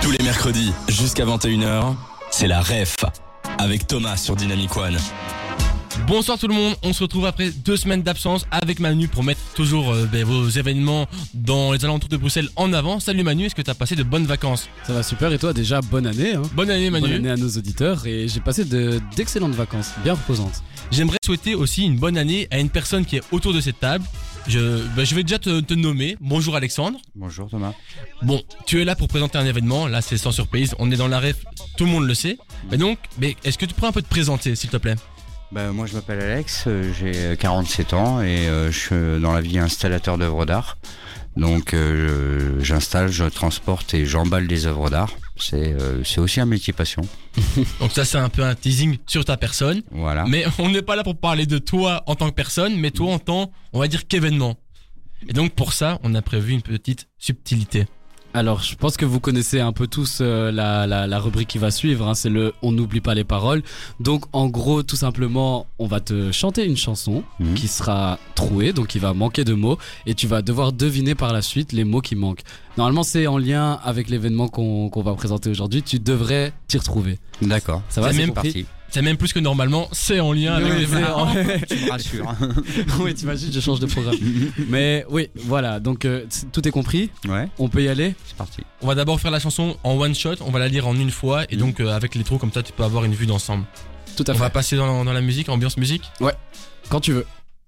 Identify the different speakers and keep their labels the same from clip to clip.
Speaker 1: Tous les mercredis, jusqu'à 21h, c'est la ref avec Thomas sur Dynamic One.
Speaker 2: Bonsoir tout le monde, on se retrouve après 2 semaines d'absence avec Manu pour mettre toujours vos événements dans les alentours de Bruxelles en avant. Salut Manu, est-ce que tu as passé de bonnes vacances?
Speaker 3: Ça va super, et toi déjà bonne année hein.
Speaker 2: Bonne année Manu.
Speaker 3: Bonne année à nos auditeurs, et j'ai passé d'excellentes vacances, bien reposantes.
Speaker 2: J'aimerais souhaiter aussi une bonne année à une personne qui est autour de cette table. Je vais déjà te nommer. Bonjour Alexandre.
Speaker 4: Bonjour Thomas.
Speaker 2: Bon, tu es là pour présenter un événement, là c'est sans surprise, on est dans la ref, tout le monde le sait. Mais est-ce que tu pourrais un peu te présenter s'il te plaît?
Speaker 4: Moi je m'appelle Alex, j'ai 47 ans et je suis dans la vie installateur d'œuvres d'art. Donc j'installe, je transporte et j'emballe des œuvres d'art. C'est aussi un métier passion.
Speaker 2: Donc ça c'est un peu un teasing sur ta personne.
Speaker 4: Voilà.
Speaker 2: Mais on n'est pas là pour parler de toi en tant que personne, mais toi en tant, on va dire, qu'événement. Et donc pour ça, on a prévu une petite subtilité.
Speaker 3: Alors je pense que vous connaissez un peu tous la rubrique qui va suivre, hein, c'est le « On n'oublie pas les paroles ». Donc en gros, tout simplement, on va te chanter une chanson qui sera trouée, donc il va manquer de mots, et tu vas devoir deviner par la suite les mots qui manquent. Normalement c'est en lien avec l'événement qu'on va présenter aujourd'hui, tu devrais t'y retrouver.
Speaker 4: D'accord.
Speaker 3: Ça va,
Speaker 2: c'est
Speaker 3: c'est
Speaker 2: même
Speaker 3: parti.
Speaker 2: C'est même plus que normalement, c'est en lien avec l'événement.
Speaker 4: Tu me rassures.
Speaker 3: Oui, t'imagines, je change de programme. Mais oui, voilà, donc tout est compris.
Speaker 4: Ouais,
Speaker 3: On peut y aller.
Speaker 4: c'est parti.
Speaker 2: On va d'abord faire la chanson en one shot, on va la lire en une fois, et donc avec les trous comme ça tu peux avoir une vue d'ensemble.
Speaker 3: Tout à
Speaker 2: On
Speaker 3: fait.
Speaker 2: va passer dans la musique, ambiance musique.
Speaker 3: Quand tu veux.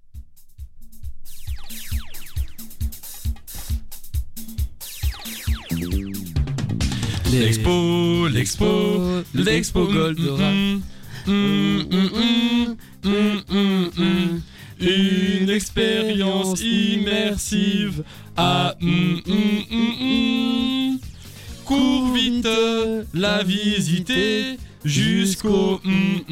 Speaker 2: L'expo
Speaker 3: Goldorak.
Speaker 2: Une expérience immersive à cours vite la visiter jusqu'au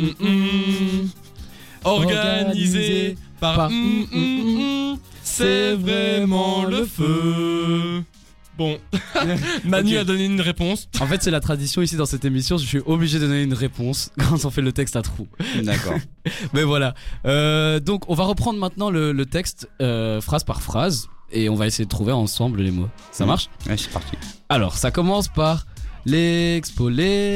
Speaker 2: organisé par c'est vraiment le feu. Bon, Manu
Speaker 3: Ok.
Speaker 2: a donné une réponse.
Speaker 3: En fait, c'est la tradition ici dans cette émission. Je suis obligé de donner une réponse quand on fait le texte à trous.
Speaker 4: D'accord.
Speaker 3: Mais voilà. Donc, on va reprendre maintenant le texte phrase par phrase et on va essayer de trouver ensemble les mots. Ça marche?
Speaker 4: Ouais, c'est parti.
Speaker 3: Alors, ça commence par l'expo.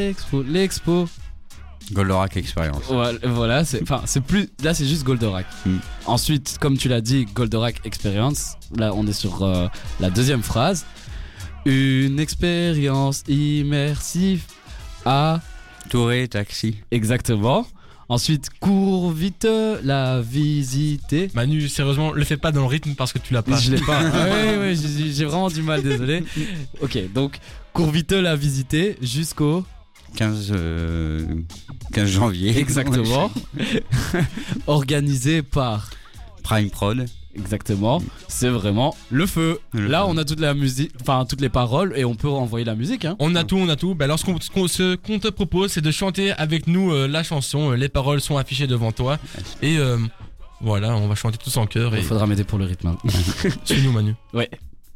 Speaker 4: Goldorak Experience.
Speaker 3: Voilà, c'est plus. Là, c'est juste Goldorak. Ensuite, comme tu l'as dit, Goldorak Experience. Là, on est sur la deuxième phrase. Une expérience immersive à.
Speaker 4: Touré, taxi.
Speaker 3: Exactement. Ensuite, cours vite la visiter.
Speaker 2: Manu, sérieusement, le fais pas dans le rythme parce que tu l'as pas.
Speaker 3: Je l'ai pas. Oui, j'ai vraiment du mal, désolé. Ok, donc cours vite la visiter jusqu'au
Speaker 4: 15 janvier.
Speaker 3: exactement. Organisé par.
Speaker 4: Prime Prod.
Speaker 3: Exactement. C'est vraiment le feu. Là, on a toute la musique, enfin toutes les paroles, et on peut envoyer la musique. Hein.
Speaker 2: On a tout. Alors ce qu'on te propose, c'est de chanter avec nous la chanson. Les paroles sont affichées devant toi. Et voilà, on va chanter tous en chœur.
Speaker 3: Il
Speaker 2: Et
Speaker 3: faudra m'aider pour le rythme. Hein.
Speaker 2: suis-nous Manu.
Speaker 3: Ouais.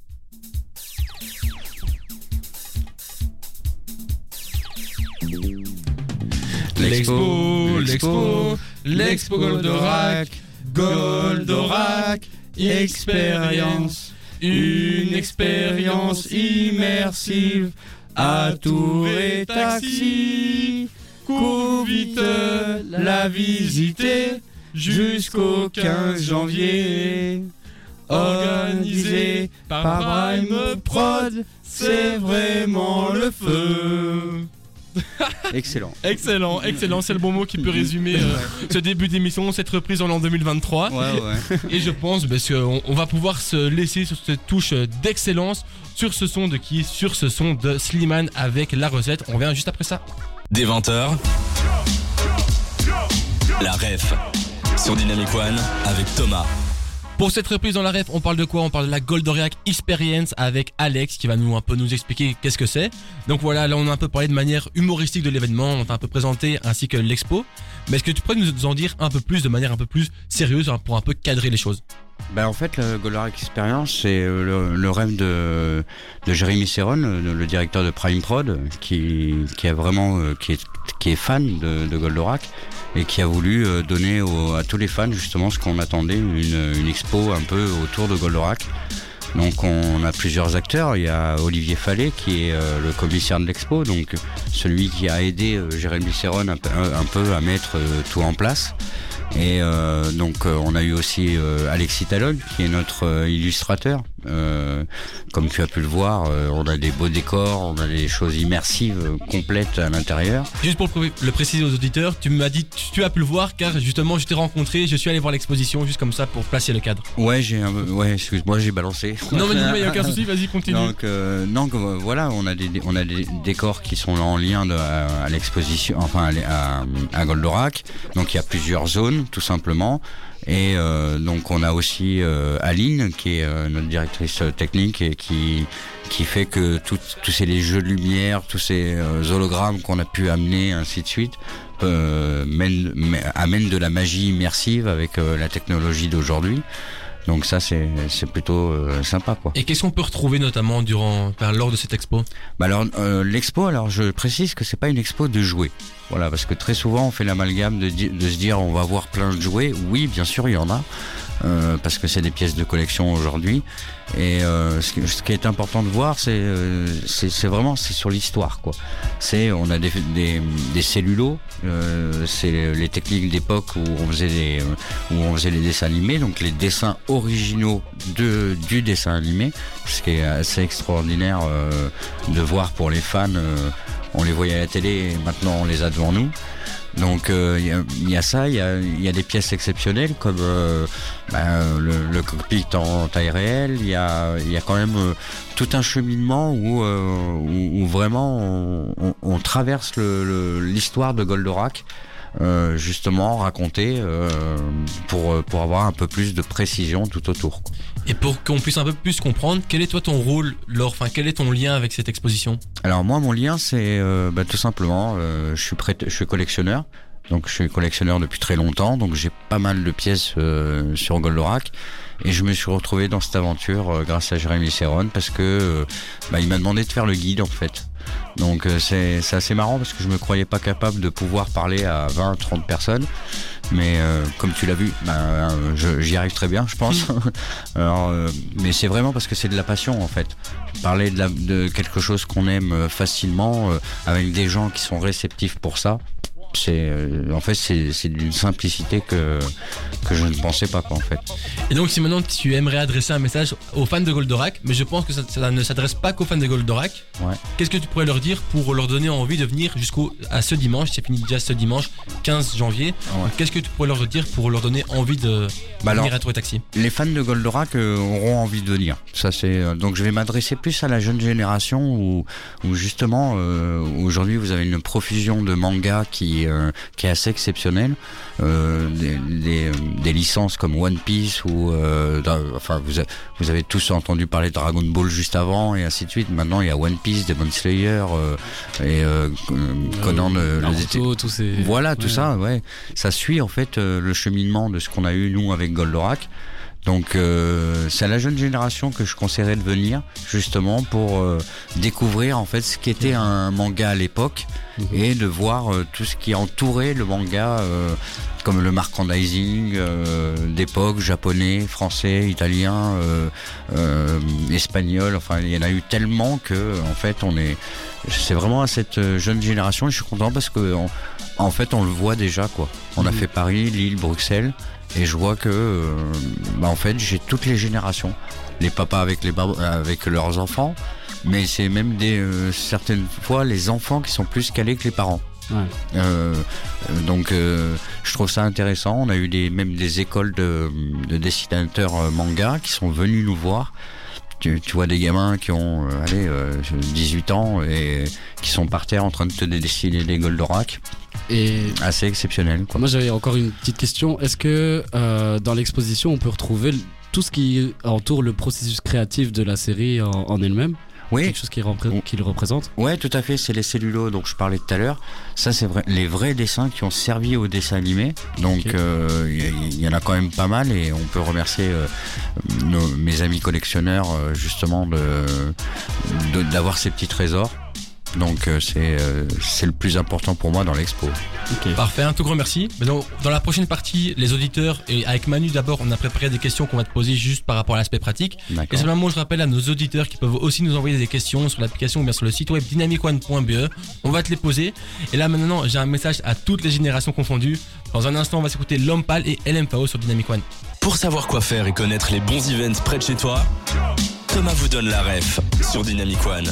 Speaker 2: L'expo Goldorak Experience. Une expérience immersive à tour et taxi. Cours vite la visiter jusqu'au 15 janvier. Organisé par Prime Prod, c'est vraiment le feu.
Speaker 4: Excellent.
Speaker 2: Excellent, c'est le bon mot qui peut résumer ce début d'émission, cette reprise en l'an 2023.
Speaker 4: Ouais.
Speaker 2: Et je pense qu'on va pouvoir se laisser sur cette touche d'excellence sur ce son de qui? Sur ce son de Slimane avec la recette. On revient juste après ça.
Speaker 1: Des 20h, la ref sur Dynamic One avec Thomas.
Speaker 2: Pour cette reprise dans la ref, on parle de quoi? On parle de la Goldorak Experience avec Alex qui va un peu nous expliquer qu'est-ce que c'est. Donc voilà, là on a un peu parlé de manière humoristique de l'événement, on t'a un peu présenté ainsi que l'expo. Mais est-ce que tu pourrais nous en dire un peu plus, de manière un peu plus sérieuse, pour un peu cadrer les choses?
Speaker 4: En fait, le Goldorak Experience, c'est le rêve de Jérémy Serron, le directeur de Prime Prod, qui est fan de Goldorak et qui a voulu donner à tous les fans justement ce qu'on attendait, une expo un peu autour de Goldorak. Donc on a plusieurs acteurs. Il y a Olivier Fallet qui est le commissaire de l'expo, donc celui qui a aidé Jérémy Serron un peu à mettre tout en place. Et donc on a eu aussi Alexis Talon qui est notre illustrateur. Comme tu as pu le voir, on a des beaux décors, on a des choses immersives complètes à l'intérieur.
Speaker 2: Juste pour le préciser aux auditeurs, tu m'as dit tu as pu le voir car justement je t'ai rencontré, je suis allé voir l'exposition juste comme ça pour placer le cadre.
Speaker 4: Ouais, excuse-moi, j'ai balancé.
Speaker 2: Non mais il n'y a aucun souci, vas-y continue.
Speaker 4: Donc voilà, on a des décors qui sont en lien à l'exposition, enfin à Goldorak. Donc il y a plusieurs zones tout simplement. Et donc on a aussi Aline qui est notre directrice technique et qui fait que tous ces jeux de lumière, tous ces hologrammes qu'on a pu amener, ainsi de suite, amènent de la magie immersive avec la technologie d'aujourd'hui. Donc ça c'est plutôt sympa quoi.
Speaker 2: Et qu'est-ce qu'on peut retrouver notamment lors de cette expo?
Speaker 4: L'expo, alors je précise que c'est pas une expo de jouets. Voilà, parce que très souvent on fait l'amalgame de se dire on va voir plein de jouets. Oui, bien sûr il y en a, parce que c'est des pièces de collection aujourd'hui. Et ce qui est important de voir, c'est vraiment sur l'histoire quoi. On a des cellulos, c'est les techniques d'époque où on faisait les dessins animés, donc les dessins originaux du dessin animé, ce qui est assez extraordinaire de voir pour les fans. On les voyait à la télé et maintenant on les a devant nous. Donc il y a ça, il y a des pièces exceptionnelles comme le cockpit en taille réelle. Il y a quand même tout un cheminement où vraiment on traverse l'histoire de Goldorak. Justement raconté pour avoir un peu plus de précision tout autour quoi.
Speaker 2: Et pour qu'on puisse un peu plus comprendre, quel est toi ton rôle, quel est ton lien avec cette exposition?
Speaker 4: Alors moi mon lien c'est tout simplement je suis collectionneur. Donc je suis collectionneur depuis très longtemps, donc j'ai pas mal de pièces sur Goldorak. Et je me suis retrouvé dans cette aventure grâce à Jérémy Serron parce que il m'a demandé de faire le guide en fait. Donc c'est assez marrant parce que je me croyais pas capable de pouvoir parler à 20-30 personnes. Mais comme tu l'as vu, j'y arrive très bien je pense. Alors, mais c'est vraiment parce que c'est de la passion en fait. Parler de quelque chose qu'on aime facilement avec des gens qui sont réceptifs pour ça. C'est d'une simplicité que je ne pensais pas quoi en fait.
Speaker 2: Et donc si maintenant tu aimerais adresser un message aux fans de Goldorak, mais je pense que ça ne s'adresse pas qu'aux fans de Goldorak,
Speaker 4: ouais.
Speaker 2: Qu'est-ce que tu pourrais leur dire pour leur donner envie de venir à ce dimanche? C'est fini déjà ce dimanche 15 janvier.
Speaker 4: Ouais.
Speaker 2: Qu'est-ce que tu pourrais leur dire pour leur donner envie de venir à Tour et Taxi?
Speaker 4: Les fans de Goldorak auront envie de venir. Ça c'est donc je vais m'adresser plus à la jeune génération où justement aujourd'hui vous avez une profusion de mangas qui est assez exceptionnelle, des licences comme One Piece ou vous avez tous entendu parler de Dragon Ball juste avant et ainsi de suite. Maintenant il y a One Piece, Demon Slayer et Conan
Speaker 3: Naruto, tous ces...
Speaker 4: Voilà, tout ça, ouais. Ça suit en fait le cheminement de ce qu'on a eu nous avec Goldorak. Donc c'est à la jeune génération que je conseillerais de venir justement pour découvrir en fait ce qu'était un manga à l'époque et de voir tout ce qui entourait le manga comme le merchandising d'époque, japonais, français, italien, espagnol, enfin il y en a eu tellement que en fait c'est vraiment à cette jeune génération et je suis content parce que en fait on le voit déjà quoi. On a fait Paris, Lille, Bruxelles. Et je vois que en fait j'ai toutes les générations, les papas avec leurs enfants, mais c'est même certaines fois les enfants qui sont plus calés que les parents.
Speaker 3: Ouais.
Speaker 4: Donc je trouve ça intéressant. On a eu même des écoles de dessinateurs manga qui sont venus nous voir. Tu vois des gamins qui ont 18 ans et qui sont par terre en train de te dessiner des Goldorak.
Speaker 3: Et
Speaker 4: assez exceptionnel quoi.
Speaker 3: Moi j'avais encore une petite question. Est-ce que dans l'exposition on peut retrouver tout ce qui entoure le processus créatif de la série en elle-même?
Speaker 4: Oui.
Speaker 3: Quelque chose qui le représente?
Speaker 4: Ouais, tout à fait, c'est les cellulos dont je parlais tout à l'heure. Ça c'est vrai, les vrais dessins qui ont servi au dessin animé. Donc il y en a quand même pas mal et on peut remercier mes amis collectionneurs justement d'avoir ces petits trésors. Donc c'est le plus important pour moi dans l'expo.
Speaker 2: Parfait, un tout grand merci. Maintenant, dans la prochaine partie, les auditeurs, et avec Manu d'abord, on a préparé des questions qu'on va te poser juste par rapport à l'aspect pratique. Et simplement, je rappelle à nos auditeurs qui peuvent aussi nous envoyer des questions sur l'application ou bien sur le site web dynamicone.be. On va te les poser. Et là maintenant, j'ai un message à toutes les générations confondues. Dans un instant, on va s'écouter L'Homme Pâle et LMFAO sur Dynamic One.
Speaker 1: Pour savoir quoi faire et connaître les bons events près de chez toi, Thomas vous donne la ref sur Dynamic One.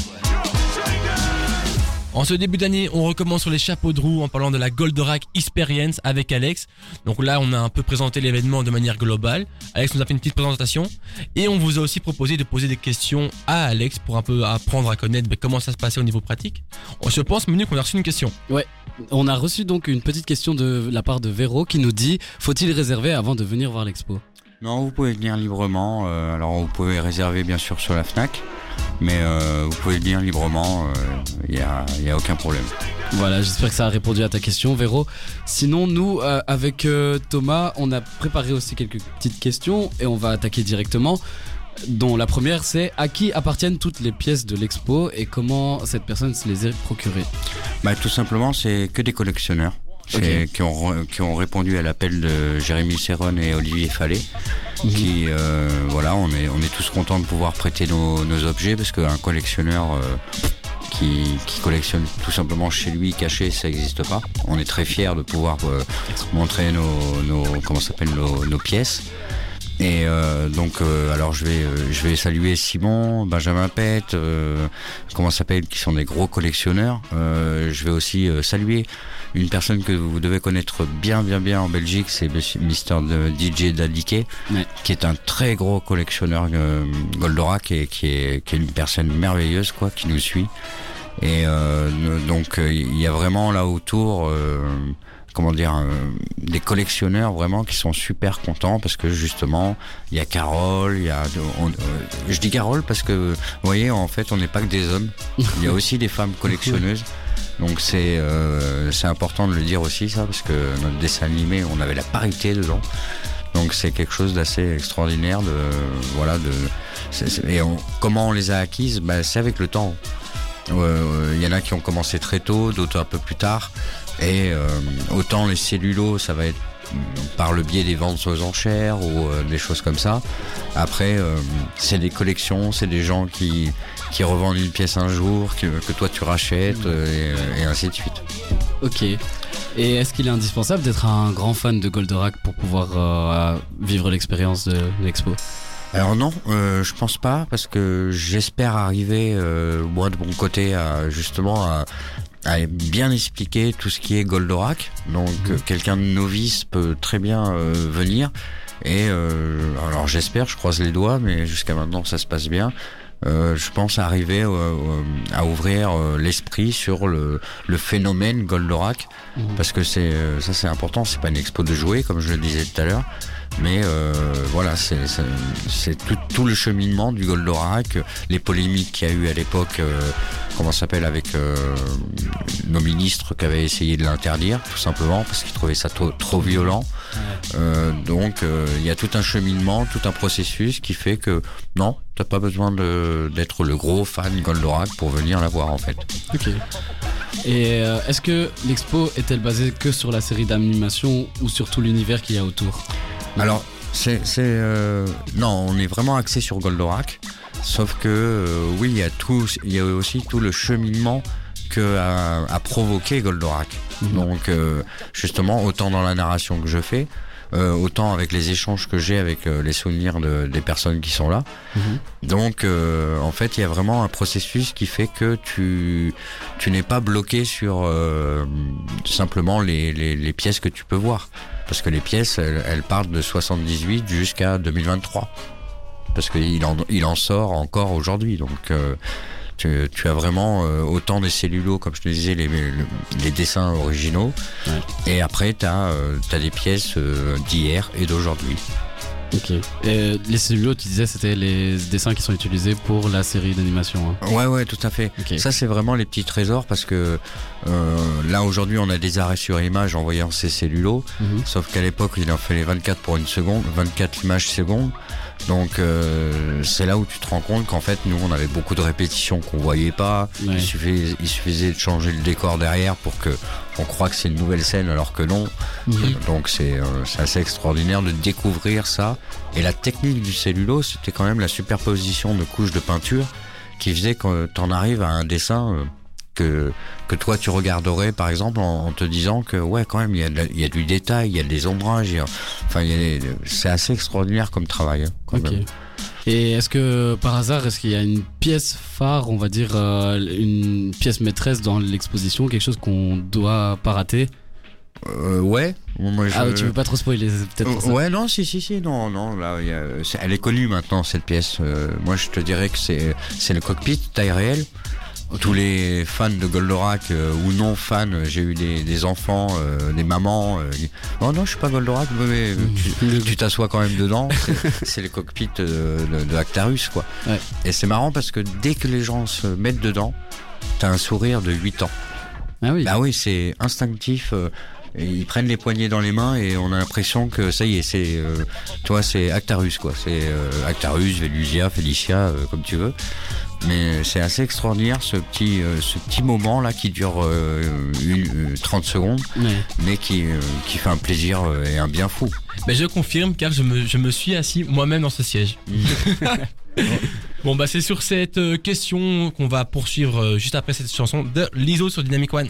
Speaker 2: En ce début d'année, on recommence sur les chapeaux de roue en parlant de la Goldorak Experience avec Alex. Donc là, on a un peu présenté l'événement de manière globale. Alex nous a fait une petite présentation et on vous a aussi proposé de poser des questions à Alex pour un peu apprendre à connaître comment ça se passait au niveau pratique. Je pense, Manu, qu'on a reçu une question.
Speaker 3: Ouais, on a reçu donc une petite question de la part de Véro qui nous dit « Faut-il réserver avant de venir voir l'expo ?»
Speaker 4: Non, vous pouvez venir librement. Alors vous pouvez réserver bien sûr sur la Fnac. Mais vous pouvez venir librement, y a aucun problème.
Speaker 3: Voilà, j'espère que ça a répondu à ta question, Véro. Sinon, nous, avec Thomas, on a préparé aussi quelques petites questions et on va attaquer directement. Dont la première, c'est à qui appartiennent toutes les pièces de l'expo et comment cette personne se les est procurées?
Speaker 4: Tout simplement, c'est que des collectionneurs. Qui ont répondu à l'appel de Jérémy Serron et Olivier Fallet. Qui voilà, on est tous contents de pouvoir prêter nos objets parce qu'un collectionneur qui collectionne tout simplement chez lui caché, ça n'existe pas. On est très fiers de pouvoir montrer nos pièces. Et donc alors je vais saluer Simon, Benjamin Pett, qui sont des gros collectionneurs. Je vais aussi saluer une personne que vous devez connaître bien en Belgique, c'est Mister DJ Dadike, qui est un très gros collectionneur Goldorak et qui est une personne merveilleuse quoi, qui nous suit. Et donc il y a vraiment là autour des collectionneurs vraiment qui sont super contents parce que justement il y a Carole, je dis Carole parce que vous voyez en fait on n'est pas que des hommes, il y a aussi des femmes collectionneuses. Donc c'est important de le dire aussi ça parce que notre dessin animé on avait la parité dedans. Donc c'est quelque chose d'assez extraordinaire comment on les a acquises, c'est avec le temps. Y en a qui ont commencé très tôt, d'autres un peu plus tard. Et autant les cellulos, ça va être par le biais des ventes aux enchères ou des choses comme ça. Après, c'est des collections, c'est des gens qui revendent une pièce un jour, que toi tu rachètes, et ainsi de suite.
Speaker 3: Ok. Et est-ce qu'il est indispensable d'être un grand fan de Goldorak pour pouvoir vivre l'expérience de l'expo ?
Speaker 4: Alors non, je pense pas, parce que j'espère arriver, moi de mon côté, à bien expliquer tout ce qui est Goldorak. Donc quelqu'un de novice peut très bien venir. Et alors j'espère, je croise les doigts, mais jusqu'à maintenant ça se passe bien. Je pense arriver à ouvrir l'esprit sur le phénomène Goldorak, parce que c'est important. C'est pas une expo de jouets comme je le disais tout à l'heure, mais voilà, c'est tout le cheminement du Goldorak, les polémiques qu'il y a eu à l'époque, avec nos ministres qui avaient essayé de l'interdire, tout simplement parce qu'ils trouvaient ça trop violent. Donc il y a tout un cheminement, tout un processus qui fait que non, t'as pas besoin d'être le gros fan Goldorak pour venir la voir en fait.
Speaker 3: Ok. Et est-ce que l'expo est-elle basée que sur la série d'animation ou sur tout l'univers qu'il y a autour?
Speaker 4: Alors non, on est vraiment axé sur Goldorak, sauf que oui, il y a aussi tout le cheminement que a provoqué Goldorak. Donc justement, autant dans la narration que je fais, autant avec les échanges que j'ai avec les souvenirs des personnes qui sont là. Donc en fait il y a vraiment un processus qui fait que tu n'es pas bloqué sur simplement les pièces que tu peux voir, parce que les pièces elles partent de 78 jusqu'à 2023, parce qu'il en sort encore aujourd'hui. Donc tu as vraiment autant des cellulos, comme je te disais, les dessins originaux, et après tu as des pièces d'hier et d'aujourd'hui.
Speaker 3: Ok. Et les cellulos, tu disais, c'était les dessins qui sont utilisés pour la série d'animation. Hein.
Speaker 4: Ouais, tout à fait.
Speaker 3: Okay.
Speaker 4: Ça, c'est vraiment les petits trésors parce que là, aujourd'hui, on a des arrêts sur image en voyant ces cellulos. Sauf qu'à l'époque, il en fallait 24 pour une seconde, 24 images secondes. Donc, c'est là où tu te rends compte qu'en fait, nous, on avait beaucoup de répétitions qu'on voyait pas.
Speaker 3: Ouais.
Speaker 4: Il suffisait de changer le décor derrière pour que on croit que c'est une nouvelle scène alors que non. Donc, c'est assez extraordinaire de découvrir ça. Et la technique du cellulo, c'était quand même la superposition de couches de peinture qui faisait que t'en arrives à un dessin que toi tu regarderais par exemple en te disant que ouais quand même il y a du détail, il y a des ombrages, c'est assez extraordinaire comme travail.
Speaker 3: Ok. Même. Et est-ce que par hasard est-ce qu'il y a une pièce phare, on va dire une pièce maîtresse dans l'exposition, quelque chose qu'on doit pas rater?
Speaker 4: Ouais. Moi,
Speaker 3: tu veux pas trop spoiler peut-être pour ça.
Speaker 4: Ouais, non, si, non, là, elle est connue maintenant cette pièce. Moi, je te dirais que c'est le cockpit taille réelle. Okay. Tous les fans de Goldorak ou non fans, j'ai eu des enfants, des mamans. Non, je suis pas Goldorak, mais tu t'assois quand même dedans. C'est le cockpit de Actarus, quoi. Ouais. Et c'est marrant parce que dès que les gens se mettent dedans, t'as un sourire de 8 ans.
Speaker 3: Ah oui.
Speaker 4: Bah oui, c'est instinctif. Et ils prennent les poignets dans les mains et on a l'impression que ça y est, c'est Actarus, quoi. C'est Actarus, Velusia, Felicia, comme tu veux. Mais c'est assez extraordinaire ce petit moment là qui dure 30 secondes, mais qui fait un plaisir et un bien fou.
Speaker 2: Mais je confirme car je me suis assis moi-même dans ce siège. Bon bah c'est sur cette question qu'on va poursuivre juste après cette chanson de Lizzo sur Dynamic One.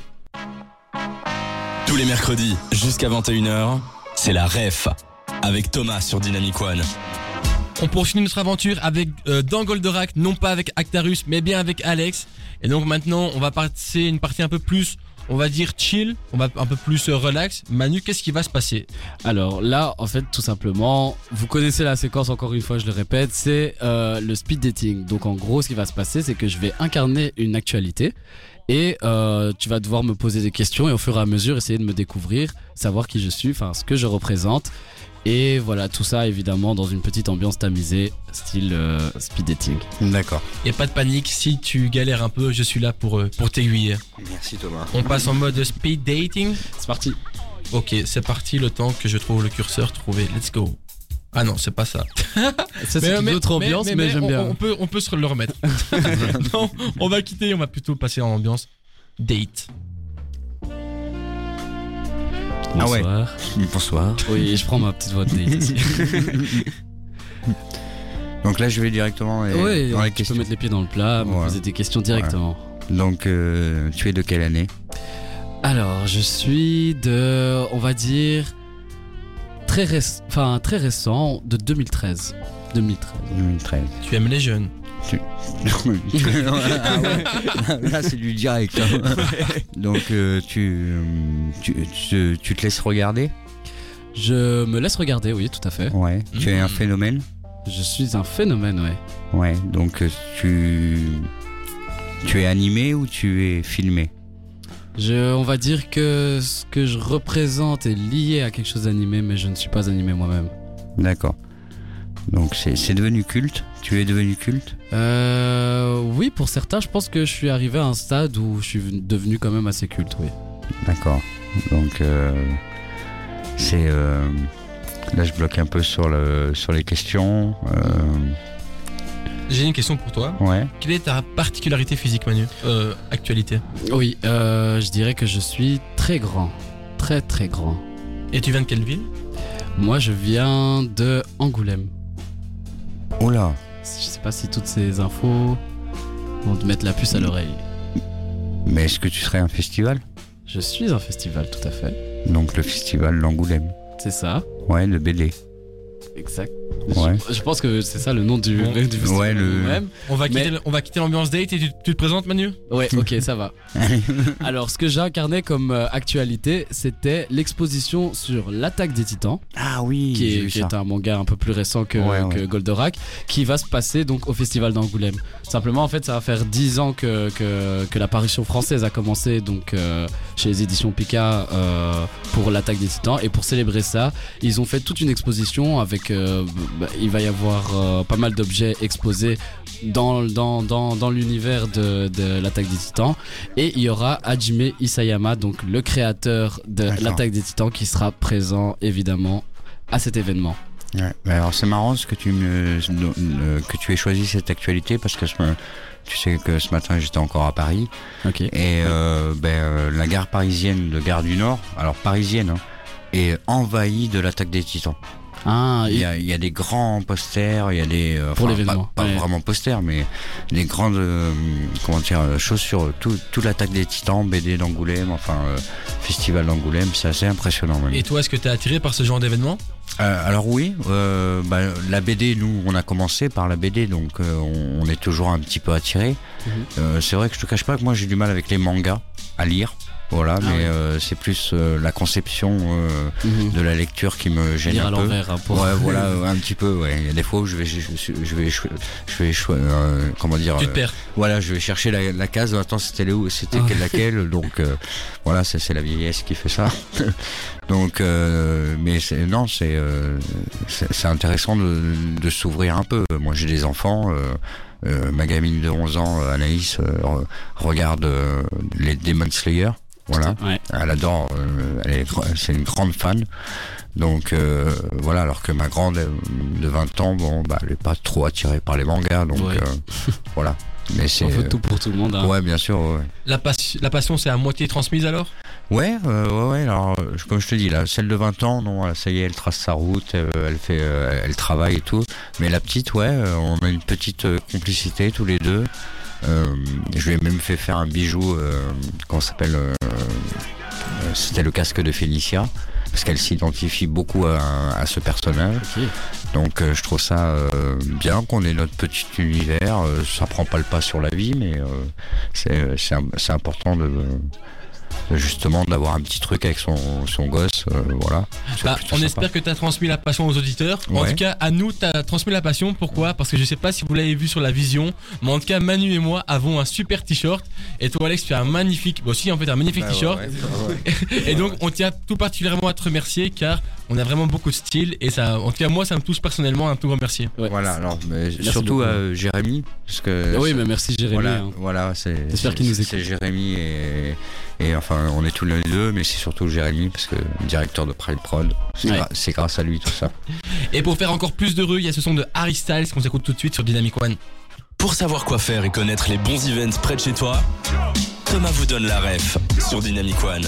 Speaker 1: Tous les mercredis jusqu'à 21h, c'est la ref avec Thomas sur Dynamic One.
Speaker 2: On poursuit notre aventure avec dans Goldorak, non pas avec Actarus, mais bien avec Alex. Et donc maintenant, on va passer une partie un peu plus, on va dire chill, on va un peu plus relax. Manu, qu'est-ce qui va se passer?
Speaker 3: Alors là, en fait, tout simplement, vous connaissez la séquence, encore une fois, je le répète, c'est le speed dating. Donc en gros, ce qui va se passer, c'est que je vais incarner une actualité. Et tu vas devoir me poser des questions et au fur et à mesure essayer de me découvrir, savoir qui je suis, enfin ce que je représente. Et voilà, tout ça évidemment dans une petite ambiance tamisée, style speed dating.
Speaker 4: D'accord.
Speaker 2: Et pas de panique, si tu galères un peu, je suis là pour t'aiguiller.
Speaker 4: Merci Thomas.
Speaker 2: On passe en mode speed dating.
Speaker 3: C'est parti.
Speaker 2: Ok, c'est parti, le temps que je trouve le curseur trouvé. Let's go. Ah non, c'est pas ça.
Speaker 3: Ça c'est une autre ambiance, mais j'aime bien.
Speaker 2: On peut se le remettre. Non, on va plutôt passer en ambiance date.
Speaker 3: Bonsoir.
Speaker 4: Ah ouais. Bonsoir.
Speaker 3: Oui, je prends ma petite voix de date ici.
Speaker 4: Donc là, je vais directement dans les questions.
Speaker 3: Tu peux mettre les pieds dans le plat, me poser des questions directement.
Speaker 4: Ouais. Donc, tu es de quelle année?
Speaker 3: Alors, je suis de, on va dire, très récent, de 2013.
Speaker 4: 2013.
Speaker 2: Tu aimes les jeunes?
Speaker 4: Ah ouais. Là c'est du direct. Donc tu te laisses regarder?
Speaker 3: Je me laisse regarder, oui, tout à fait.
Speaker 4: Ouais. Tu es un phénomène?
Speaker 3: Je suis un phénomène, ouais.
Speaker 4: Ouais. Donc tu es animé ou tu es filmé?
Speaker 3: On va dire que ce que je représente est lié à quelque chose d'animé, mais je ne suis pas animé moi-même.
Speaker 4: D'accord. Donc c'est devenu culte? Tu es devenu culte?
Speaker 3: Oui, pour certains, je pense que je suis arrivé à un stade où je suis devenu quand même assez culte, oui.
Speaker 4: D'accord. Donc c'est là je bloque un peu sur les questions.
Speaker 2: J'ai une question pour toi.
Speaker 4: Ouais.
Speaker 2: Quelle est ta particularité physique, Manu? Actualité.
Speaker 3: Oui, je dirais que je suis très grand, très très grand.
Speaker 2: Et tu viens de quelle ville?
Speaker 3: Moi, je viens de Angoulême.
Speaker 4: Oh là.
Speaker 3: Je sais pas si toutes ces infos vont te mettre la puce à l'oreille.
Speaker 4: Mais est-ce que tu serais un festival?
Speaker 3: Je suis un festival, tout à fait.
Speaker 4: Donc le festival d'Angoulême.
Speaker 3: C'est ça.
Speaker 4: Ouais, le BD.
Speaker 3: Exact.
Speaker 4: Ouais.
Speaker 3: Je pense que c'est ça le nom du festival.
Speaker 4: Ouais,
Speaker 3: même.
Speaker 2: On va quitter l'ambiance date et tu te présentes, Manu?
Speaker 3: Ouais, ok, ça va. Alors, ce que j'ai incarné comme actualité, c'était l'exposition sur l'Attaque des Titans.
Speaker 4: Ah oui,
Speaker 3: qui est un manga un peu plus récent que Goldorak, qui va se passer donc au festival d'Angoulême. Simplement, en fait, ça va faire 10 ans que la parution française a commencé, donc chez les éditions Pika pour l'attaque des Titans. Et pour célébrer ça, ils ont fait toute une exposition avec il va y avoir pas mal d'objets exposés dans l'univers de l'attaque des Titans, et il y aura Hajime Isayama, donc le créateur de l'attaque des Titans, qui sera présent évidemment à cet événement.
Speaker 4: Ouais. Alors c'est marrant que tu aies choisi cette actualité, parce que tu sais que ce matin j'étais encore à Paris.
Speaker 3: Okay.
Speaker 4: Et la gare parisienne de Gare du Nord, alors parisienne, est envahie de l'attaque des Titans. Il y a des grands posters, il y a des
Speaker 3: pour l'événement,
Speaker 4: pas vraiment posters, mais des grandes choses sur toute l'attaque des Titans, BD d'Angoulême, festival d'Angoulême, c'est assez impressionnant même.
Speaker 2: Et toi, est-ce que t'es attiré par ce genre d'événement?
Speaker 4: Alors oui, la BD, nous on a commencé par la BD, donc on est toujours un petit peu attiré. C'est vrai que je te cache pas que moi j'ai du mal avec les mangas à lire. Voilà, c'est plus la conception de la lecture qui me gêne
Speaker 3: lire
Speaker 4: un
Speaker 3: à
Speaker 4: peu.
Speaker 3: l'envers, hein, pour...
Speaker 4: Ouais, voilà, un petit peu. Ouais. Il y a des fois où je vais comment dire.
Speaker 2: Tu te perds.
Speaker 4: Voilà, je vais chercher la case. Attends, c'était laquelle. Donc voilà, c'est la vieillesse qui fait ça. Donc, mais c'est intéressant de s'ouvrir un peu. Moi, j'ai des enfants. Ma gamine de 11 ans, Anaïs, regarde les Demon Slayer. Voilà,
Speaker 3: ouais.
Speaker 4: Elle adore, c'est une grande fan. Donc voilà, alors que ma grande de 20 ans, elle est pas trop attirée par les mangas, donc voilà. Mais c'est
Speaker 3: tout pour tout le monde. Hein.
Speaker 4: Ouais, bien sûr. Ouais.
Speaker 2: La passion, c'est à moitié transmise alors?
Speaker 4: Ouais. Alors, comme je te dis, là, celle de 20 ans, non, ça y est, elle trace sa route, elle travaille et tout. Mais la petite, on a une petite complicité tous les deux. Je lui ai même fait faire un bijou, comment ça s'appelle, c'était le casque de Félicia, parce qu'elle s'identifie beaucoup à ce personnage.
Speaker 3: Okay.
Speaker 4: Donc je trouve ça bien qu'on ait notre petit univers. Ça prend pas le pas sur la vie, mais c'est important justement d'avoir un petit truc avec son gosse, voilà.
Speaker 2: On espère que tu as transmis la passion aux auditeurs. En tout cas, à nous, tu as transmis la passion. Pourquoi? Parce que je sais pas si vous l'avez vu sur la vision, mais en tout cas, Manu et moi avons un super t-shirt. Et toi, Alex, tu as un magnifique t-shirt. Et donc, on tient tout particulièrement à te remercier, car on a vraiment beaucoup de style. Et ça, en tout cas, moi, ça me touche personnellement. Un tout grand merci.
Speaker 4: Ouais. Voilà, alors, surtout à Jérémy. Parce que
Speaker 3: oui, mais merci Jérémy.
Speaker 4: Voilà,
Speaker 3: j'espère qu'il nous écoute.
Speaker 4: C'est Jérémy et enfin, on est tous les deux, mais c'est surtout Jérémy, parce que le directeur de Pride Prod, c'est grâce à lui tout ça.
Speaker 2: Et pour faire encore plus d'heureux, il y a ce son de Harry Styles qu'on s'écoute tout de suite sur Dynamic One.
Speaker 1: Pour savoir quoi faire et connaître les bons events près de chez toi, Thomas vous donne la ref sur Dynamic One.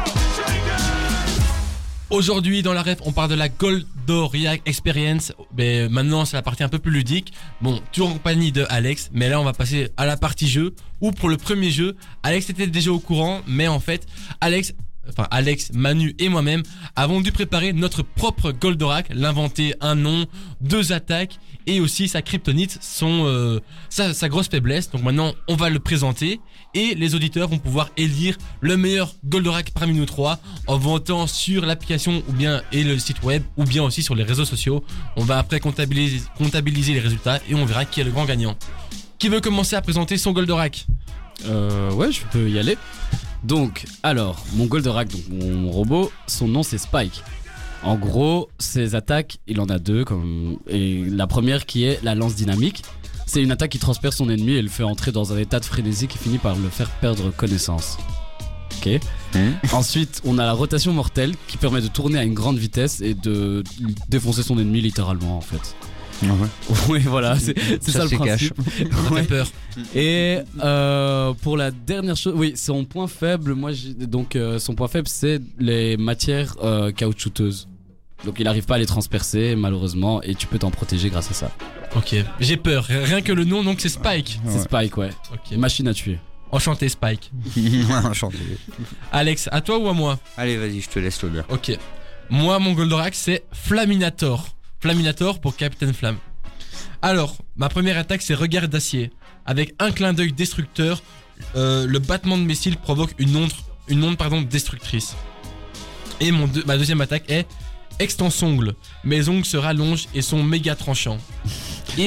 Speaker 2: Aujourd'hui, dans la ref, on parle de la Goldoriak Experience. Mais maintenant, c'est la partie un peu plus ludique. Bon, toujours en compagnie de Alex. Mais là, on va passer à la partie jeu. Ou pour le premier jeu, Alex était déjà au courant. Mais en fait, Alex, Manu et moi-même avons dû préparer notre propre Goldorak, l'inventer un nom, 2 attaques et aussi sa kryptonite, sa grosse faiblesse. Donc maintenant, on va le présenter et les auditeurs vont pouvoir élire le meilleur Goldorak parmi nous 3 en votant sur l'application ou bien et le site web ou bien aussi sur les réseaux sociaux. On va après comptabiliser les résultats et on verra qui est le grand gagnant. Qui veut commencer à présenter son Goldorak?
Speaker 3: Ouais, je peux y aller. Donc, alors, mon Goldorak, donc mon robot, son nom c'est Spike. En gros, ses attaques, il en a 2. Et la première qui est la lance dynamique. C'est une attaque qui transperce son ennemi et le fait entrer dans un état de frénésie qui finit par le faire perdre connaissance. Ok. Ensuite, on a la rotation mortelle qui permet de tourner à une grande vitesse et de défoncer son ennemi littéralement en fait. Oui, voilà, c'est ça le principe.
Speaker 2: On a peur.
Speaker 3: Et pour la dernière chose, oui, son point faible, son point faible, c'est les matières caoutchouteuses. Donc il arrive pas à les transpercer malheureusement et tu peux t'en protéger grâce à ça.
Speaker 2: Ok, j'ai peur. Rien que le nom, donc c'est Spike.
Speaker 3: C'est Spike, ouais.
Speaker 2: Ok.
Speaker 3: Machine à tuer.
Speaker 2: Enchanté Spike.
Speaker 4: Enchanté.
Speaker 2: Alex, à toi ou à moi?
Speaker 4: Allez, vas-y, je te laisse l'honneur.
Speaker 2: Ok. Moi, mon Goldorak, c'est Flaminator. Flaminator pour Capitaine Flamme. Alors, ma première attaque, c'est Regard d'acier. Avec un clin d'œil destructeur, le battement de mes cils provoque une onde destructrice. Et ma deuxième attaque est Extensongle. Mes ongles se rallongent et sont méga tranchants. Et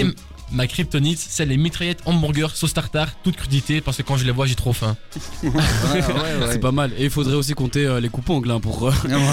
Speaker 2: ma kryptonite, c'est les mitraillettes hamburger sauce tartare, toute crudité, parce que quand je les vois, j'ai trop faim.
Speaker 3: C'est pas mal. Et il faudrait aussi compter les coupe-ongles pour.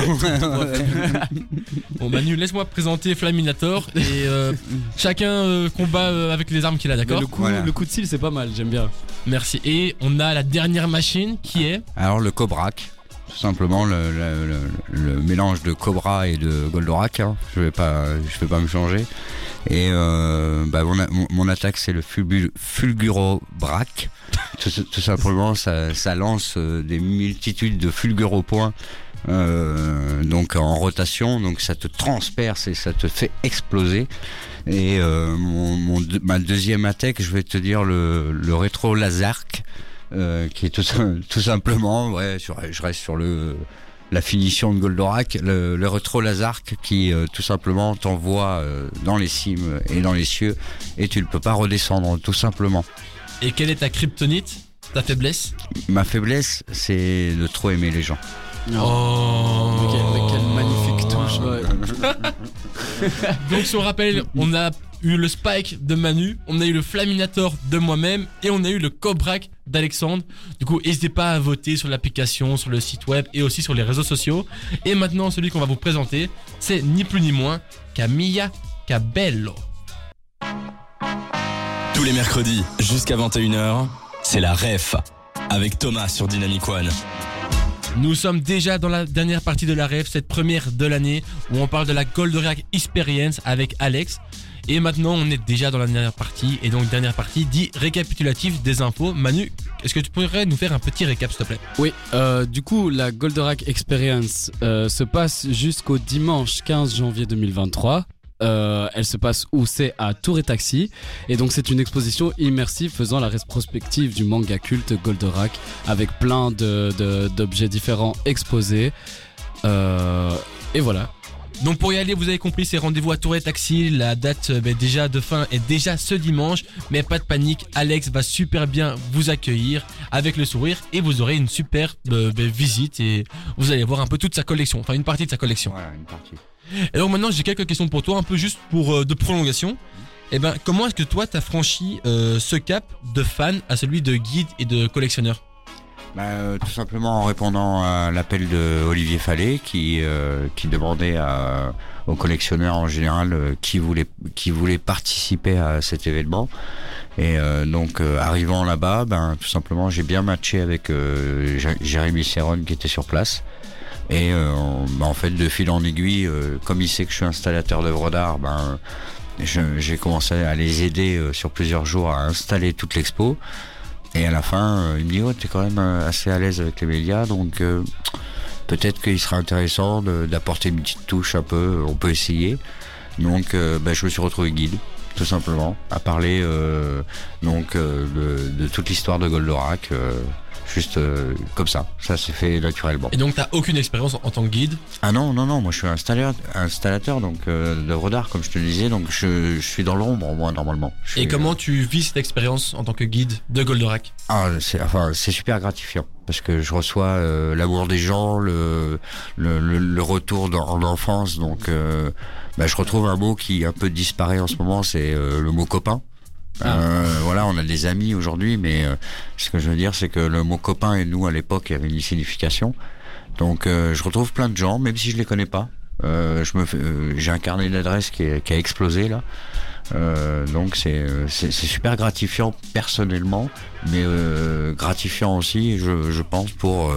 Speaker 2: Bon, Manu, laisse-moi présenter Flaminator et chacun combat avec les armes qu'il a, d'accord?
Speaker 3: Le coup de cils, c'est pas mal, j'aime bien.
Speaker 2: Merci. Et on a la dernière machine qui est.
Speaker 4: Alors le Cobrak, tout simplement le mélange de Cobra et de Goldorak, hein. Je vais pas me changer. Et mon attaque c'est le Fulgurobrak. Tout simplement ça lance des multitudes de fulguropoints donc en rotation, donc ça te transperce et ça te fait exploser. Et ma deuxième attaque, je vais te dire le rétro Lazark, qui est tout simplement, je reste sur la finition de Goldorak, le rétro Lazark qui tout simplement t'envoie dans les cimes et dans les cieux et tu ne peux pas redescendre, tout simplement.
Speaker 2: Et quelle est ta kryptonite, ta faiblesse?
Speaker 4: Ma faiblesse, c'est de trop aimer les gens.
Speaker 2: Oh,
Speaker 3: Quelle magnifique touche.
Speaker 2: Donc si on rappelle, on a eu le Spike de Manu, on a eu le Flaminator de moi-même et on a eu le Cobrak d'Alexandre. Du coup, n'hésitez pas à voter sur l'application, sur le site web et aussi sur les réseaux sociaux. Et maintenant, celui qu'on va vous présenter, c'est ni plus ni moins Camilla Cabello.
Speaker 1: Tous les mercredis jusqu'à 21h, c'est la ref avec Thomas sur Dynamic One.
Speaker 2: Nous sommes déjà dans la dernière partie de la ref, cette première de l'année où on parle de la Goldorak Experience avec Alex. Et maintenant on est déjà dans la dernière partie. Et donc dernière partie dit récapitulatif des infos. Manu, est-ce que tu pourrais nous faire un petit récap s'il te plaît?
Speaker 3: Oui, du coup la Goldorak Experience se passe jusqu'au dimanche 15 janvier 2023. Elle se passe où c'est à Tour et Taxi, et donc c'est une exposition immersive faisant la rétrospective du manga culte Goldorak avec plein d'objets différents exposés, et voilà.
Speaker 2: Donc pour y aller, vous avez compris, c'est rendez-vous à Tour et Taxi. La date déjà de fin est déjà ce dimanche, mais pas de panique, Alex va super bien vous accueillir avec le sourire et vous aurez une super visite et vous allez voir un peu toute sa collection, enfin une partie de sa collection.
Speaker 4: Voilà, une partie.
Speaker 2: Et donc maintenant j'ai quelques questions pour toi, un peu juste pour de prolongation. Et ben comment est-ce que toi t'as franchi ce cap de fan à celui de guide et de collectionneur?
Speaker 4: Tout simplement en répondant à l'appel de Olivier Fallet qui demandait aux collectionneurs en général qui voulait participer à cet événement. Et donc arrivant là-bas, tout simplement j'ai bien matché avec Jérémy Serron qui était sur place. Et en fait de fil en aiguille, comme il sait que je suis installateur d'œuvres d'art, j'ai commencé à les aider sur plusieurs jours à installer toute l'expo. Et à la fin, il me dit t'es quand même assez à l'aise avec les médias, donc peut-être qu'il sera intéressant d'apporter une petite touche un peu, on peut essayer. Donc je me suis retrouvé guide, tout simplement, à parler de toute l'histoire de Goldorak. Juste comme ça s'est fait naturellement.
Speaker 2: Et donc t'as aucune expérience en tant que guide?
Speaker 4: Ah non, moi je suis installateur donc d'œuvres d'art comme je te le disais, donc je suis dans l'ombre moi normalement.
Speaker 2: Et comment tu vis cette expérience en tant que guide de Goldorak?
Speaker 4: C'est super gratifiant parce que je reçois l'amour des gens, le retour en enfance, donc je retrouve un mot qui un peu disparaît en ce moment, c'est le mot copain. On a des amis aujourd'hui, mais ce que je veux dire, c'est que le mot copain et nous à l'époque, il y avait une signification. Donc, je retrouve plein de gens, même si je les connais pas. J'ai un carnet d'adresses qui a explosé là. Donc, c'est super gratifiant personnellement, mais gratifiant aussi, je pense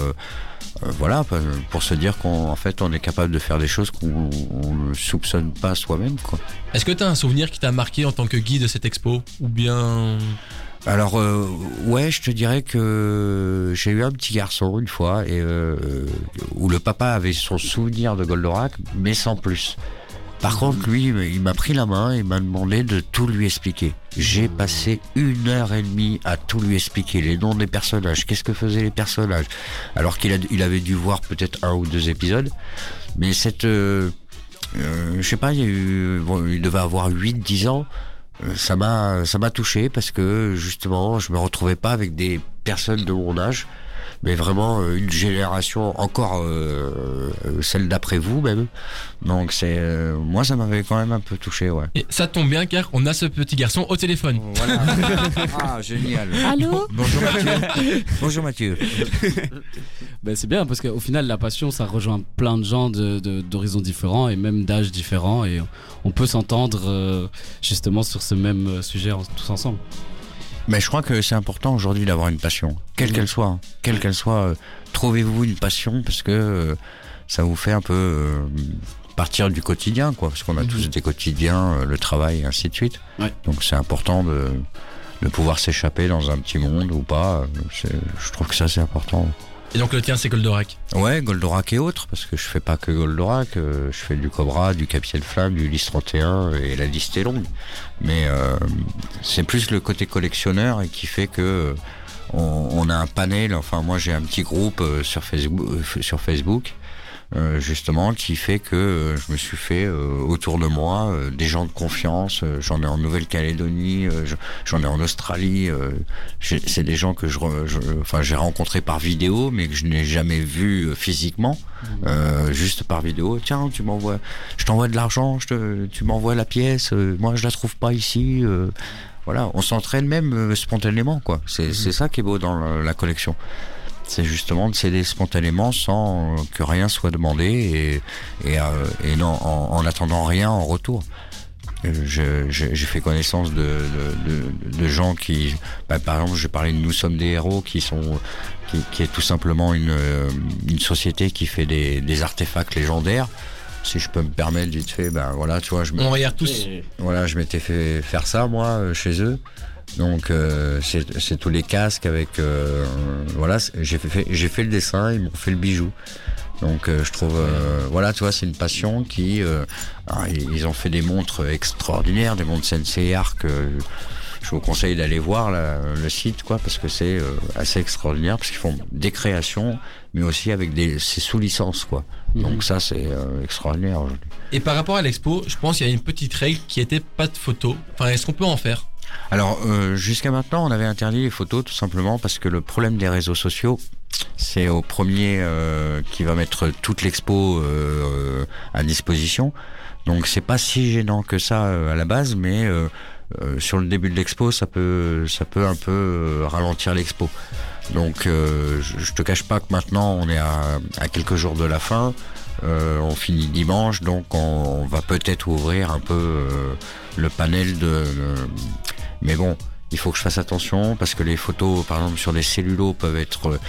Speaker 4: pour se dire qu'en fait on est capable de faire des choses qu'on ne soupçonne pas soi-même, quoi.
Speaker 2: Est-ce que tu as un souvenir qui t'a marqué en tant que guide de cette expo ou bien?
Speaker 4: Alors je te dirais que j'ai eu un petit garçon une fois et où le papa avait son souvenir de Goldorak mais sans plus. Par contre, lui, il m'a pris la main et m'a demandé de tout lui expliquer. J'ai passé 1h30 à tout lui expliquer, les noms des personnages, qu'est-ce que faisaient les personnages, alors qu'il avait dû voir peut-être 1 ou 2 épisodes. Mais je sais pas, il devait avoir 8-10 ans. Ça m'a touché parce que justement, je me retrouvais pas avec des personnes de mon âge. mais vraiment une génération encore celle d'après vous même. Donc c'est moi ça m'avait quand même un peu touché, ouais.
Speaker 2: Et ça tombe bien car on a ce petit garçon au téléphone.
Speaker 4: Voilà. Ah, génial.
Speaker 5: Allô ?
Speaker 4: Bonjour Mathieu. Bonjour Mathieu.
Speaker 3: Ben, c'est bien parce qu'au final, la passion, ça rejoint plein de gens d'horizons différents et même d'âges différents. Et on peut s'entendre justement sur ce même sujet tous ensemble.
Speaker 4: Mais je crois que c'est important aujourd'hui d'avoir une passion, quelle qu'elle soit. Hein. Quelle qu'elle soit, trouvez-vous une passion parce que ça vous fait un peu partir du quotidien, quoi. Parce qu'on a tous des quotidiens, le travail et ainsi de suite.
Speaker 3: Ouais.
Speaker 4: Donc c'est important de pouvoir s'échapper dans un petit monde ou pas. Je trouve que ça c'est important.
Speaker 2: Et donc le tien c'est Goldorak.
Speaker 4: Ouais, Goldorak et autres, parce que je fais pas que Goldorak, je fais du Cobra, du Capitaine Flamme, du Lys 31 et la liste est longue. Mais c'est plus le côté collectionneur et qui fait que on a un panel. Enfin, moi j'ai un petit groupe sur Facebook. Justement, qui fait que je me suis fait autour de moi des gens de confiance. J'en ai en Nouvelle-Calédonie, j'en ai en Australie. C'est des gens que j'ai rencontrés par vidéo, mais que je n'ai jamais vus physiquement, juste par vidéo. Tiens, je t'envoie de l'argent, tu m'envoies la pièce. Moi, je la trouve pas ici. Voilà, on s'entraîne même spontanément, quoi. C'est ça qui est beau dans la collection. C'est justement de s'aider spontanément sans que rien soit demandé et non, en attendant rien en retour. J'ai fait connaissance de gens qui, par exemple, j'ai parlé de Nous sommes des héros qui est tout simplement une société qui fait des artefacts légendaires. Si je peux me permettre vite fait, voilà, tu vois,
Speaker 2: On regarde tous.
Speaker 4: Voilà, je m'étais fait faire ça moi chez eux. Donc c'est tous les casques avec voilà, j'ai fait le dessin, ils m'ont fait le bijou. Donc je trouve voilà, tu vois, c'est une passion qui ils ont fait des montres extraordinaires, des montres Sensei Arc. Je vous conseille d'aller voir le site, quoi, parce que c'est assez extraordinaire, parce qu'ils font des créations, mais aussi avec c'est sous licence, quoi. Donc ça c'est extraordinaire aujourd'hui.
Speaker 2: Et par rapport à l'expo, je pense qu'il y a une petite règle qui était pas de photos. Enfin, est-ce qu'on peut en faire ?
Speaker 4: Alors jusqu'à maintenant on avait interdit les photos tout simplement parce que le problème des réseaux sociaux, c'est au premier qui va mettre toute l'expo à disposition. Donc c'est pas si gênant que ça à la base, mais sur le début de l'expo ça peut un peu ralentir l'expo. Donc je te cache pas que maintenant on est à quelques jours de la fin. On finit dimanche, donc on va peut-être ouvrir un peu le panel mais bon, il faut que je fasse attention parce que les photos, par exemple sur des cellulos, peuvent être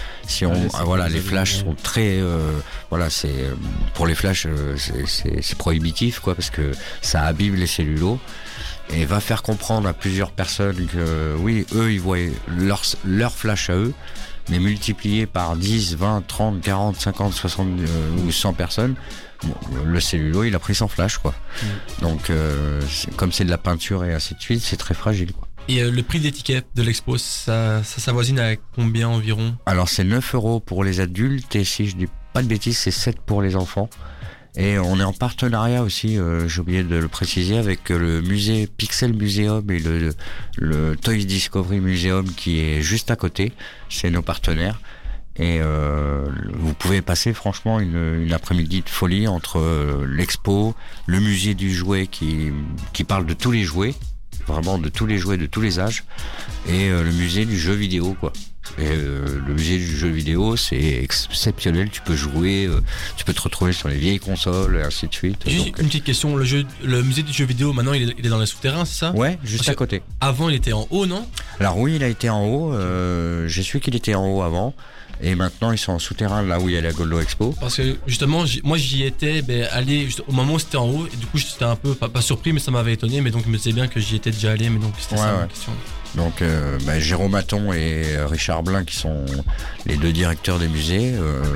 Speaker 4: les flashs sont très voilà, c'est pour les flashs c'est prohibitif, quoi, parce que ça abîme les cellulos et va faire comprendre à plusieurs personnes que oui, eux ils voient leur flash à eux, mais multiplié par 10, 20, 30, 40, 50, 60 ou 100 personnes, le cellulo il a pris son flash, quoi. Donc comme c'est de la peinture et ainsi de suite, c'est très fragile, quoi.
Speaker 2: Et le prix des tickets de l'expo, ça s'avoisine à combien environ ?
Speaker 4: Alors c'est 9 € pour les adultes et si je dis pas de bêtises, c'est 7 pour les enfants. Et on est en partenariat aussi, j'ai oublié de le préciser, avec le musée Pixel Museum et le Toys Discovery Museum qui est juste à côté. C'est nos partenaires. Et vous pouvez passer franchement une après-midi de folie entre l'expo, le musée du jouet qui parle de tous les jouets, vraiment de tous les jouets de tous les âges, et le musée du jeu vidéo, quoi. Et le musée du jeu vidéo, c'est exceptionnel. Tu peux jouer, tu peux te retrouver sur les vieilles consoles et ainsi de suite.
Speaker 2: Juste
Speaker 4: Donc,
Speaker 2: une petite question, le musée du jeu vidéo, maintenant il est dans les souterrains, c'est ça ?
Speaker 4: ouais, juste
Speaker 2: Parce
Speaker 4: à
Speaker 2: que
Speaker 4: côté.
Speaker 2: Avant il était en haut, non ?
Speaker 4: Alors oui, il a été en haut. J'ai su qu'il était en haut avant. Et maintenant, ils sont en souterrain, là où il y a la Goldo Expo.
Speaker 2: Parce que justement, moi j'y étais allé au moment où c'était en haut, et du coup j'étais un peu, pas surpris, mais ça m'avait étonné, mais donc je me disais bien que j'y étais déjà allé, mais donc c'était ça ma question.
Speaker 4: Donc Jérôme Hatton et Richard Blin, qui sont les deux directeurs des musées,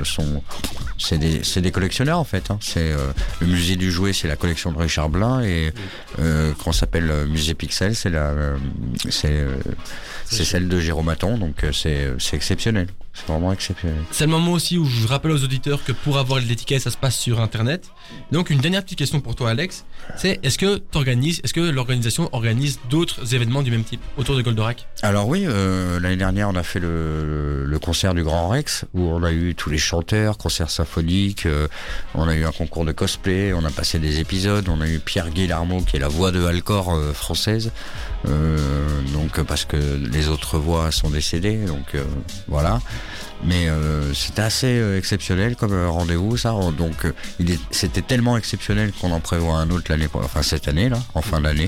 Speaker 4: c'est des collectionneurs en fait, hein. C'est le musée du jouet, c'est la collection de Richard Blin, et qu'on s'appelle musée Pixel, c'est celle de Jérôme Hatton, donc c'est exceptionnel. C'est vraiment exceptionnel.
Speaker 2: C'est le moment aussi où je rappelle aux auditeurs que pour avoir l'étiquette, ça se passe sur Internet. Donc une dernière petite question pour toi, Alex, c'est est-ce que l'organisation organise d'autres événements du même type autour de Goldorak?
Speaker 4: Alors oui, l'année dernière, on a fait le concert du Grand Rex, où on a eu tous les chanteurs, concert symphonique, on a eu un concours de cosplay, on a passé des épisodes, on a eu Pierre Guillarmo, qui est la voix de Alcor française, donc parce que les autres voix sont décédées, donc voilà. Mais c'était assez exceptionnel comme rendez-vous, ça. Donc c'était tellement exceptionnel qu'on en prévoit un autre cette année là, en fin d'année.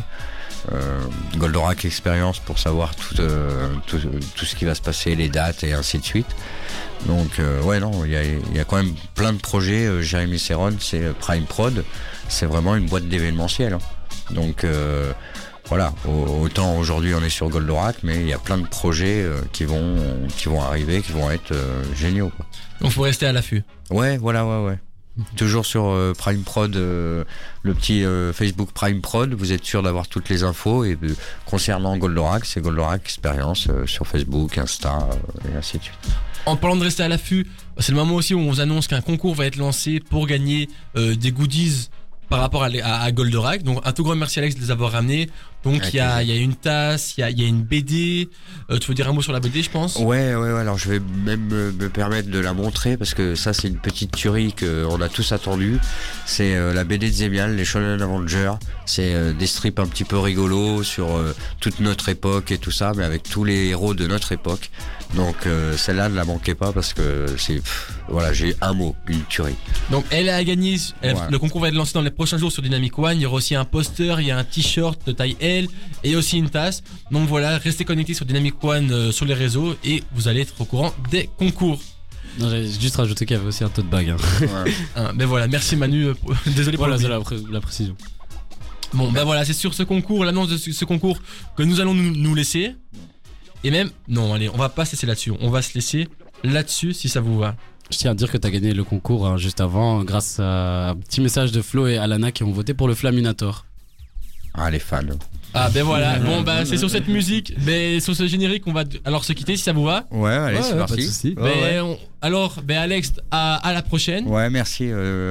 Speaker 4: Goldorak Experience pour savoir tout ce qui va se passer, les dates et ainsi de suite. Donc il y a quand même plein de projets. Jérémy Serron, c'est Prime Prod, c'est vraiment une boîte d'événementiel. Hein. Donc voilà, autant aujourd'hui on est sur Goldorak, mais il y a plein de projets qui vont arriver, qui vont être géniaux, quoi.
Speaker 2: Donc faut rester à l'affût.
Speaker 4: Ouais. Toujours sur Prime Prod, le petit Facebook Prime Prod, vous êtes sûr d'avoir toutes les infos. Et concernant Goldorak, c'est Goldorak Experience sur Facebook, Insta et ainsi de suite.
Speaker 2: En parlant de rester à l'affût, c'est le moment aussi où on vous annonce qu'un concours va être lancé pour gagner des goodies par rapport à Goldorak. Donc un tout grand merci Alex de les avoir ramenés. Donc il y a une tasse, il y a une BD. Tu veux dire un mot sur la BD, je pense?
Speaker 4: Ouais. Alors je vais même me permettre de la montrer parce que ça c'est une petite tuerie qu'on a tous attendu. C'est la BD de Zemial, les Shonen Avengers. C'est des strips un petit peu rigolos sur toute notre époque et tout ça, mais avec tous les héros de notre époque. Donc celle-là, ne la manquez pas parce que j'ai un mot, une tuerie.
Speaker 2: Donc elle a gagné. Le concours va être lancé dans les prochains jours sur Dynamic One. Il y aura aussi un poster, il y a un t-shirt de taille L et aussi une tasse. Donc voilà, restez connectés sur Dynamic One sur les réseaux et vous allez être au courant des concours.
Speaker 3: Non, j'ai juste rajouté qu'il y avait aussi un tote bag. Hein.
Speaker 2: Ouais. Ben voilà, merci Manu. Désolé pour
Speaker 3: la précision.
Speaker 2: Bon, ben voilà, c'est sur ce concours, l'annonce de ce concours que nous allons nous laisser. Et même, non, allez, on va pas se laisser là-dessus. On va se laisser là-dessus si ça vous va.
Speaker 3: Je tiens à dire que tu as gagné le concours juste avant grâce à un petit message de Flo et Alana qui ont voté pour le Flaminator.
Speaker 4: Ah, les fans.
Speaker 2: Ah ben voilà, bon bah c'est sur cette musique, mais sur ce générique on va alors se quitter si ça vous va.
Speaker 4: Ouais, allez, c'est parti.
Speaker 3: Pas de soucis.
Speaker 2: Alors, Alex, à la prochaine.
Speaker 4: Ouais, merci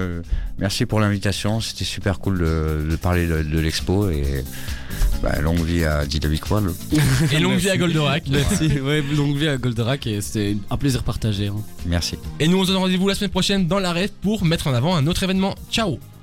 Speaker 4: pour l'invitation, c'était super cool de parler de l'expo et longue vie à Dynamic One.
Speaker 2: Et longue vie à Goldorak.
Speaker 3: Merci, longue vie à Goldorak et c'était un plaisir partagé. Hein.
Speaker 4: Merci.
Speaker 2: Et nous on se donne rendez-vous la semaine prochaine dans la ref pour mettre en avant un autre événement. Ciao.